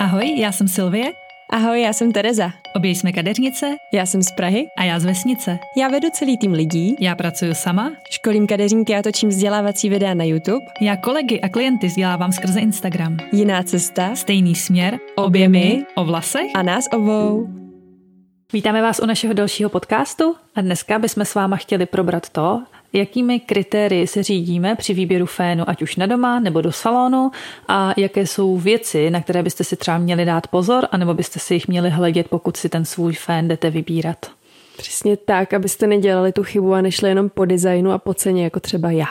Ahoj, já jsem Sylvie. Ahoj, já jsem Tereza. Obě jsme kadeřnice. Já jsem z Prahy. A já z vesnice. Já vedu celý tým lidí. Já pracuji sama. Školím kadeřníky a točím vzdělávací videa na YouTube. Já kolegy a klienty vzdělávám skrze Instagram. Jiná cesta. Stejný směr. Obě my. O vlasech. A nás obou. Vítáme vás u našeho dalšího podcastu a dneska bychom s váma chtěli probrat to, jakými kritérii se řídíme při výběru fénu, ať už na doma nebo do salonu, a jaké jsou věci, na které byste si třeba měli dát pozor, anebo byste si jich měli hledět, pokud si ten svůj fén jdete vybírat. Přesně tak, abyste nedělali tu chybu a nešli jenom po designu a po ceně, jako třeba já.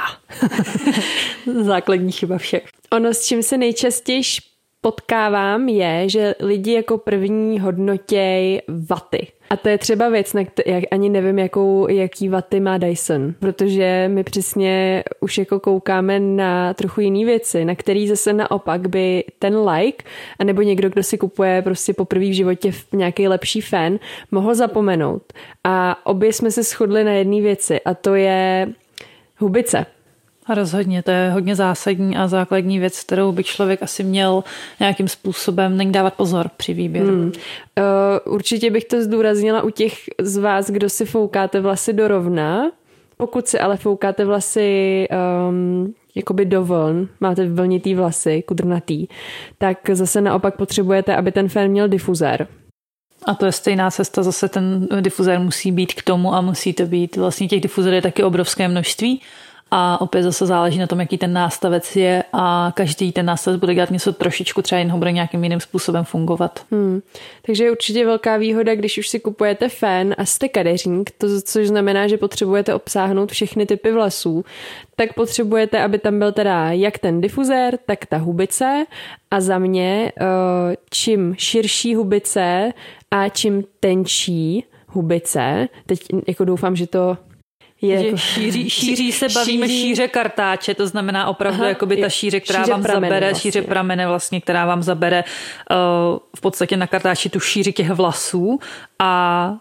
Základní chyba všech. Ono, s čím se nejčastěji potkávám, je, že lidi jako první hodnotěj vaty. A to je třeba věc, ani nevím, jaký vaty má Dyson, protože my přesně už jako koukáme na trochu jiný věci, na který zase naopak by ten like, anebo někdo, kdo si kupuje prostě poprvé v životě nějaký lepší fén, mohl zapomenout. A obě jsme se shodli na jedné věci, a to je hubice. A rozhodně, to je hodně zásadní a základní věc, kterou by člověk asi měl nějakým způsobem dávat pozor při výběru. Určitě bych to zdůraznila u těch z vás, kdo si foukáte vlasy do rovna. Pokud si ale foukáte vlasy jakoby do vln, máte vlnitý vlasy, kudrnatý, tak zase naopak potřebujete, aby ten fén měl difuzér. A to je stejná cesta, zase ten difuzér musí být k tomu a musí to být, vlastně těch difuzérů je taky obrovské množství. A opět zase záleží na tom, jaký ten nástavec je, a každý ten nástavec bude dělat něco trošičku, třeba jen ho bude nějakým jiným způsobem fungovat. Takže je určitě velká výhoda, když už si kupujete fén a jste kadeřník, což znamená, že potřebujete obsáhnout všechny typy vlasů, tak potřebujete, aby tam byl teda jak ten difuzér, tak ta hubice, a za mě čím širší hubice a čím tenčí hubice, teď jako doufám, že to jako šíří se bavíme šíře kartáče, to znamená opravdu jakoby ta šíře, která vám zabere, vlastně. Šíře pramene vlastně, která vám zabere v podstatě na kartáči tu šíři těch vlasů a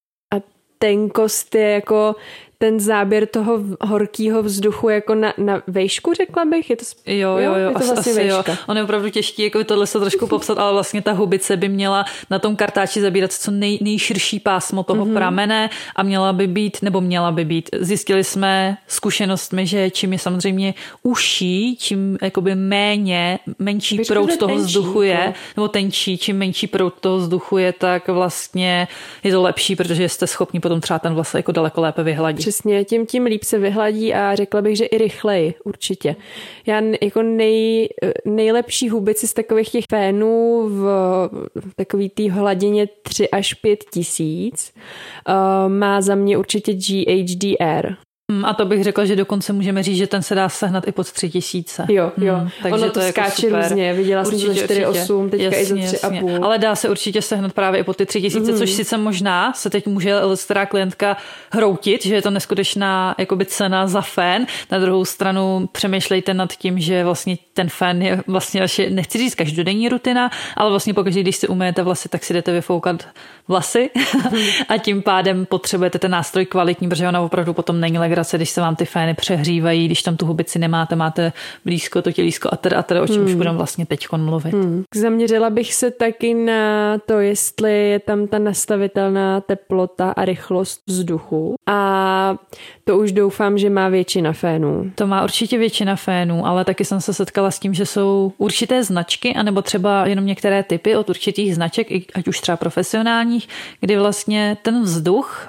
tenkost je jako ten záběr toho horkýho vzduchu jako na vejšku, řekla bych. Je to jo, je to vlastně asi vejška. Jo. On je opravdu těžký, jako tohle se trošku popsat, ale vlastně ta hubice by měla na tom kartáči zabírat co nejširší pásmo toho pramene a měla by být. Zjistili jsme zkušenostmi, že čím je samozřejmě užší, čím jakoby menší proud toho vzduchu je, nebo tenčí, čím menší proud toho vzduchu je, tak vlastně je to lepší, protože jste schopni potom třeba ten vlas jako daleko lépe vyhladit. Přesně, tím líp se vyhladí a řekla bych, že i rychleji, určitě. Já jako nejlepší hubici z takových těch fénů v takový té hladině 3 až 5 tisíc má za mě určitě GHDR. A to bych řekla, že dokonce můžeme říct, že ten se dá sehnat i pod 3000. Jo. Takže ono to skáče jako různě. Viděla jsem to za 4,8, teďka i za 3,5. Ale dá se určitě sehnat právě i pod ty 3000, což sice možná se teď může stará klientka hroutit, že je to neskutečná jakoby cena za fén. Na druhou stranu přemýšlejte nad tím, že vlastně ten fén je vlastně vaše, nechci říct každodenní rutina, ale vlastně pokaždé, když si umyjete vlasy, tak si jdete vyfoukat vlasy a tím pádem potřebujete ten nástroj kvalitní, protože ona opravdu potom není legrace, když se vám ty fény přehřívají, když tam tu hubici nemáte, máte blízko to tělísko a teda o čem už budeme vlastně teďkon mluvit. Zaměřila bych se taky na to, jestli je tam ta nastavitelná teplota a rychlost vzduchu, a to už doufám, že má většina fénů. To má určitě většina fénů, ale taky jsem se setkala s tím, že jsou určité značky, anebo třeba jenom některé typy od určitých značek, ať už třeba profesionálních, kdy vlastně ten vzduch,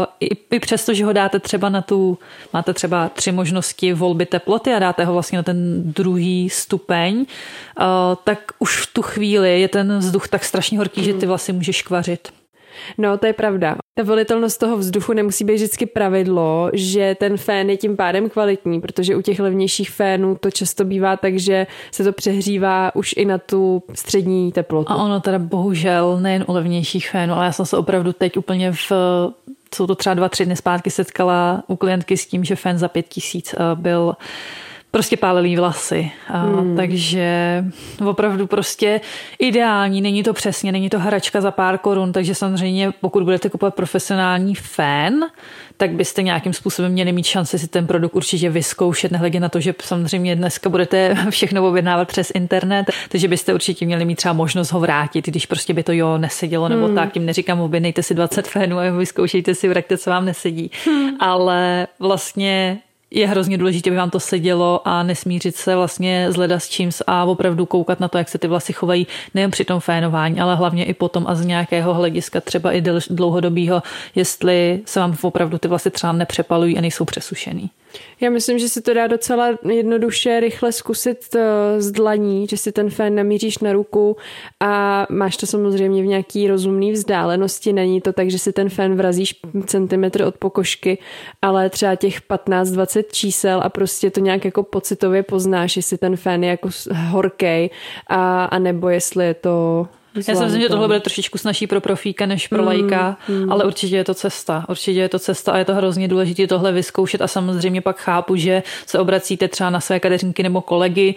i přesto, že ho dáte třeba máte třeba 3 možnosti volby teploty a dáte ho vlastně na ten druhý stupeň, tak už v tu chvíli je ten vzduch tak strašně horký, že ty vlasy může škvařit. No, to je pravda. Ta volitelnost toho vzduchu nemusí být vždycky pravidlo, že ten fén je tím pádem kvalitní, protože u těch levnějších fénů to často bývá tak, že se to přehřívá už i na tu střední teplotu. A ono teda bohužel nejen u levnějších fénů, ale já jsem se opravdu teď úplně jsou to třeba 2-3 dny zpátky setkala u klientky s tím, že fén za 5 000 byl prostě pálilý vlasy. Takže opravdu prostě ideální, není to hračka za pár korun, takže samozřejmě pokud budete kupovat profesionální fén, tak byste nějakým způsobem měli mít šanci si ten produkt určitě vyzkoušet, nehledě na to, že samozřejmě dneska budete všechno objednávat přes internet, takže byste určitě měli mít třeba možnost ho vrátit, když prostě by to nesedělo nebo tak, tím neříkám, objednejte si 20 fénů a vyzkoušejte si, vraťte, co vám nesedí. Ale vlastně je hrozně důležité, aby vám to sedělo a nesmířit se vlastně z leda s číms a opravdu koukat na to, jak se ty vlasy chovají nejen při tom fénování, ale hlavně i potom a z nějakého hlediska třeba i dlouhodobého, jestli se vám opravdu ty vlasy třeba nepřepalují a nejsou přesušený. Já myslím, že se to dá docela jednoduše rychle zkusit z dlaní, že si ten fén namíříš na ruku a máš to samozřejmě v nějaký rozumný vzdálenosti. Není to tak, že si ten fén vrazíš centimetr od pokožky, ale třeba těch 15-20 čísel a prostě to nějak jako pocitově poznáš, jestli ten fén je jako horkej a nebo jestli je to... Já si myslím, že tohle bude trošičku snazší pro profíka než pro laika, ale určitě je to cesta. Určitě je to cesta a je to hrozně důležité tohle vyzkoušet a samozřejmě pak chápu, že se obracíte třeba na své kadeřníky nebo kolegy,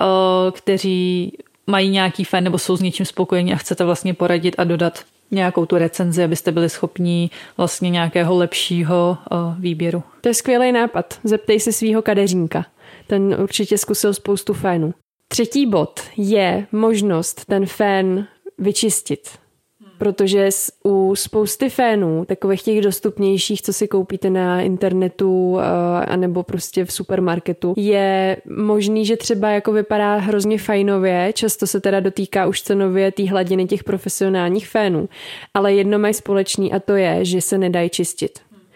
kteří mají nějaký fén nebo jsou s něčím spokojení a chcete vlastně poradit a dodat nějakou tu recenzi, abyste byli schopní vlastně nějakého lepšího výběru. To je skvělý nápad. Zeptej se svýho kadeřníka. Ten určitě zkusil spoustu fénů. 3. bod je možnost ten fén vyčistit. Protože u spousty fénů, takových těch dostupnějších, co si koupíte na internetu anebo prostě v supermarketu, je možný, že třeba jako vypadá hrozně fajnově, často se teda dotýká už cenově té hladiny těch profesionálních fénů, ale jedno mají společný a to je, že se nedají čistit.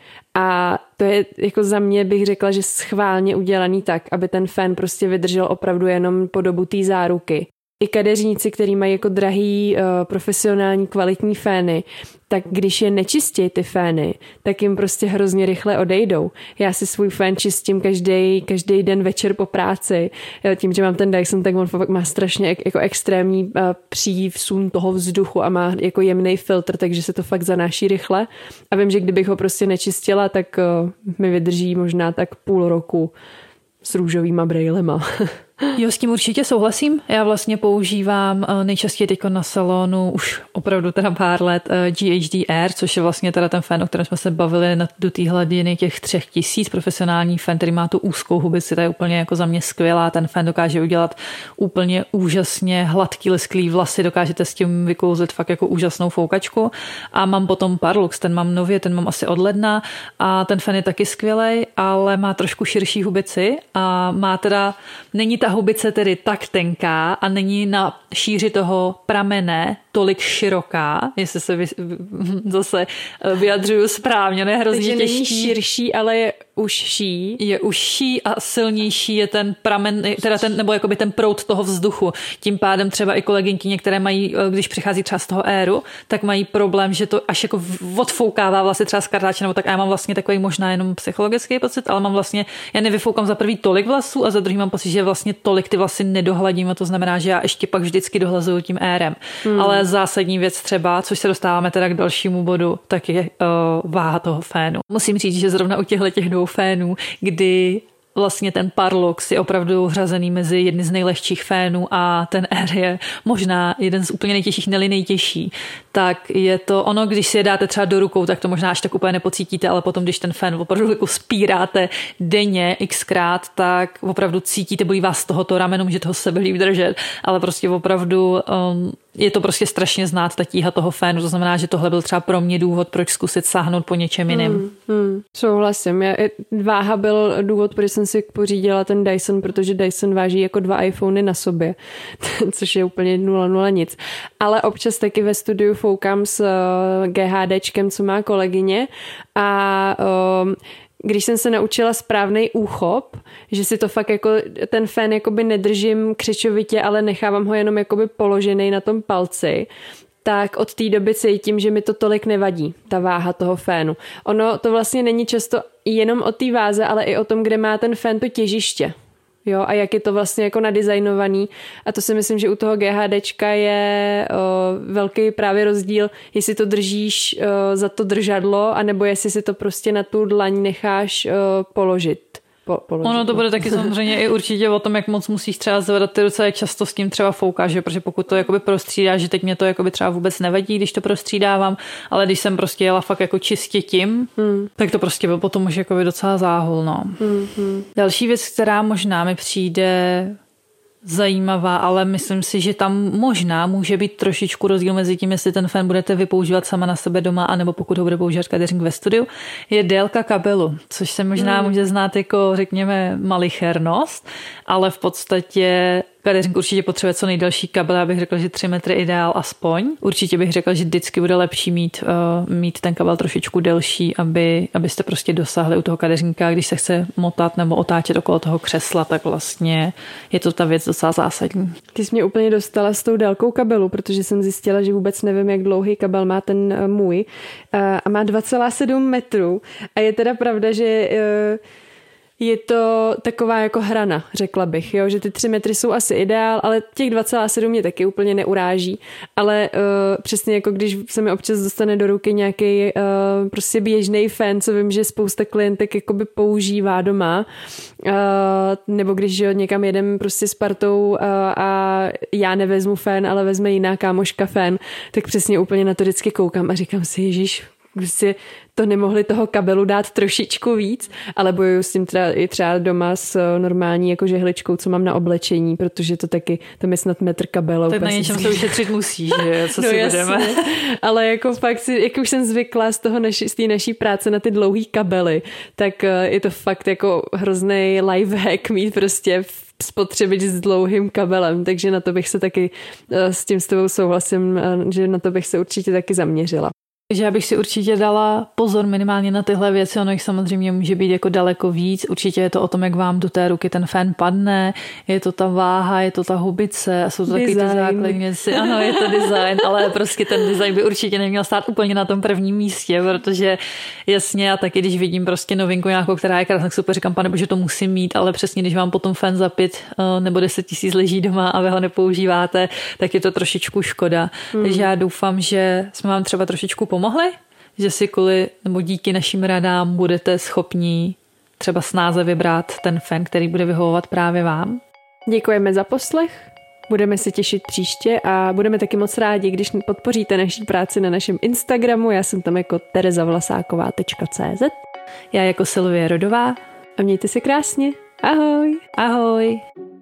A to je jako za mě bych řekla, že schválně udělaný tak, aby ten fén prostě vydržel opravdu jenom po dobu té záruky. I kadeřníci, který mají jako drahý, profesionální, kvalitní fény, tak když je nečistí ty fény, tak jim prostě hrozně rychle odejdou. Já si svůj fén čistím každý den večer po práci. Tím, že mám ten Dyson, tak on má strašně jako extrémní přísun toho vzduchu a má jako jemný filtr, takže se to fakt zanáší rychle. A vím, že kdybych ho prostě nečistila, tak mi vydrží možná tak půl roku s růžovýma brejlema. Jo, s tím určitě souhlasím. Já vlastně používám nejčastěji teď na salonu už opravdu teda pár let GHD-Air, což je vlastně teda ten fén, o kterém jsme se bavili do té hladiny těch 3000, profesionální fén, který má tu úzkou hubici, to je úplně jako za mě skvělá. Ten fén dokáže udělat úplně úžasně hladký, lesklý vlasy, dokážete s tím vykouzlit fakt jako úžasnou foukačku. A mám potom Parlux, ten mám nově, ten mám asi od ledna a ten fén je taky skvělej, ale má trošku širší hubici a má teda, není ta hubice tedy tak tenká a není na šíři toho pramene tolik široká, jestli se zase vyjadřuju správně, ne hrozně těžký. Takže není širší, ale je užší. Je užší a silnější je ten pramen, teda ten, nebo jakoby ten proud toho vzduchu. Tím pádem třeba i kolegyňky některé mají, když přichází třeba z toho éru, tak mají problém, že to až jako odfoukává vlastně třeba z kartáče, nebo tak a já mám vlastně takový možná jenom psychologický pocit, ale mám vlastně, já nevyfoukám za prvý tolik vlasů a za druhý mám pocit, že vlastně tolik ty vlasy nedohladím a to znamená, že já ještě pak vždycky dohlazuju tím érem. Ale zásadní věc třeba, což se dostáváme teda k dalšímu bodu, tak je váha toho fénu. Musím říct, že zrovna u těch dvou fénů, kdy vlastně ten Parlux je opravdu hrazený mezi jedny z nejlehčích fénů a ten Air je možná jeden z úplně nejtěžších, ne-li nejtěžší. Tak je to ono, když si je dáte třeba do rukou, tak to možná až tak úplně nepocítíte, ale potom, když ten fén opravdu jako spíráte denně xkrát, tak opravdu cítíte, bolí vás z tohoto ramenu, můžete ho sebe líp držet, ale prostě opravdu je to prostě strašně znát ta tíha toho fénu, to znamená, že tohle byl třeba pro mě důvod, proč zkusit sáhnout po něčem jiném. Souhlasím. Váha byl důvod, proč jsem si pořídila ten Dyson, protože Dyson váží jako 2 iPhony na sobě, což je úplně 0,0 nic. Ale občas taky ve studiu foukám s GHDčkem, co má kolegyně a když jsem se naučila správný úchop, že si to fakt jako ten fén jakoby nedržím křičovitě, ale nechávám ho jenom jakoby položený na tom palci, tak od té doby cítím, že mi to tolik nevadí, ta váha toho fénu. Ono to vlastně není často jenom o té váze, ale i o tom, kde má ten fén to těžiště. Jo, a jak je to vlastně jako nadizajnovaný. A to si myslím, že u toho GHDčka je velký právě rozdíl, jestli to držíš za to držadlo, anebo jestli si to prostě na tu dlaň necháš položit. položit. Ono to bude taky samozřejmě i určitě o tom, jak moc musíš třeba zvedat ty ruce, jak často s tím třeba foukáš, že? Protože pokud to jakoby prostřídáš, že teď mě to jakoby třeba vůbec nevadí, když to prostřídávám, ale když jsem prostě jela fakt jako čistě tím, tak to prostě byl potom už jakoby docela záhul, no. Další věc, která možná mi přijde zajímavá, ale myslím si, že tam možná může být trošičku rozdíl mezi tím, jestli ten fén budete vypoužívat sama na sebe doma, anebo pokud ho bude používat kadeřník ve studiu, je délka kabelu, což se možná může znát jako, řekněme, malichernost, ale v podstatě kadeřník určitě potřebuje co nejdelší kabel, já bych řekla, že 3 metry ideál aspoň. Určitě bych řekla, že vždycky bude lepší mít ten kabel trošičku delší, abyste prostě dosáhli u toho kadeřníka, když se chce motat nebo otáčet okolo toho křesla, tak vlastně je to ta věc docela zásadní. Ty jsi mě úplně dostala s tou délkou kabelu, protože jsem zjistila, že vůbec nevím, jak dlouhý kabel má ten můj a má 2,7 metrů a je teda pravda, že je to taková jako hrana, řekla bych, jo? Že ty 3 metry jsou asi ideál, ale těch 2,7 mě taky úplně neuráží, ale přesně jako když se mi občas dostane do ruky nějaký prostě běžný fén, co vím, že spousta klientek jakoby používá doma, nebo když někam jedem prostě s partou a já nevezmu fén, ale vezme jiná kámoška fén, tak přesně úplně na to vždycky koukám a říkám si, ježiš, prostě to nemohli toho kabelu dát trošičku víc, ale bojuju s tím třeba doma s normální jako žehličkou, co mám na oblečení, protože to taky, tam je snad metr kabelu. Tak na něčem se ušetřit musíš, že? Co si budeme. Ale jako fakt, jak už jsem zvyklá z té naší práce na ty dlouhý kabely, tak je to fakt jako hrozný lifehack mít prostě spotřebič s dlouhým kabelem, takže na to bych se taky s tím s tebou souhlasím, že na to bych se určitě taky zaměřila. Takže já bych si určitě dala pozor minimálně na tyhle věci, ono jich samozřejmě může být jako daleko víc, určitě je to o tom, jak vám do té ruky ten fén padne, je to ta váha, je to ta hubice a jsou to taky ty základní věci, ano, je to design, ale prostě ten design by určitě neměl stát úplně na tom prvním místě, protože jasně, já taky, když vidím prostě novinku nějakou, která je krásná, tak super říkám, pane bože, to musím mít, ale přesně, když vám potom fén za 5 nebo 10 000 leží doma a vy ho nepoužíváte, tak je to trošičku škoda. Takže já doufám, že jsme vám třeba trošičku pomohli, že si nebo díky našim radám budete schopní třeba snáze vybrat ten fén, který bude vyhovovat právě vám. Děkujeme za poslech, budeme se těšit příště a budeme taky moc rádi, když podpoříte naší práci na našem Instagramu, já jsem tam jako terezavlasáková.cz, já jako Silvie Rodová a mějte se krásně. Ahoj! Ahoj!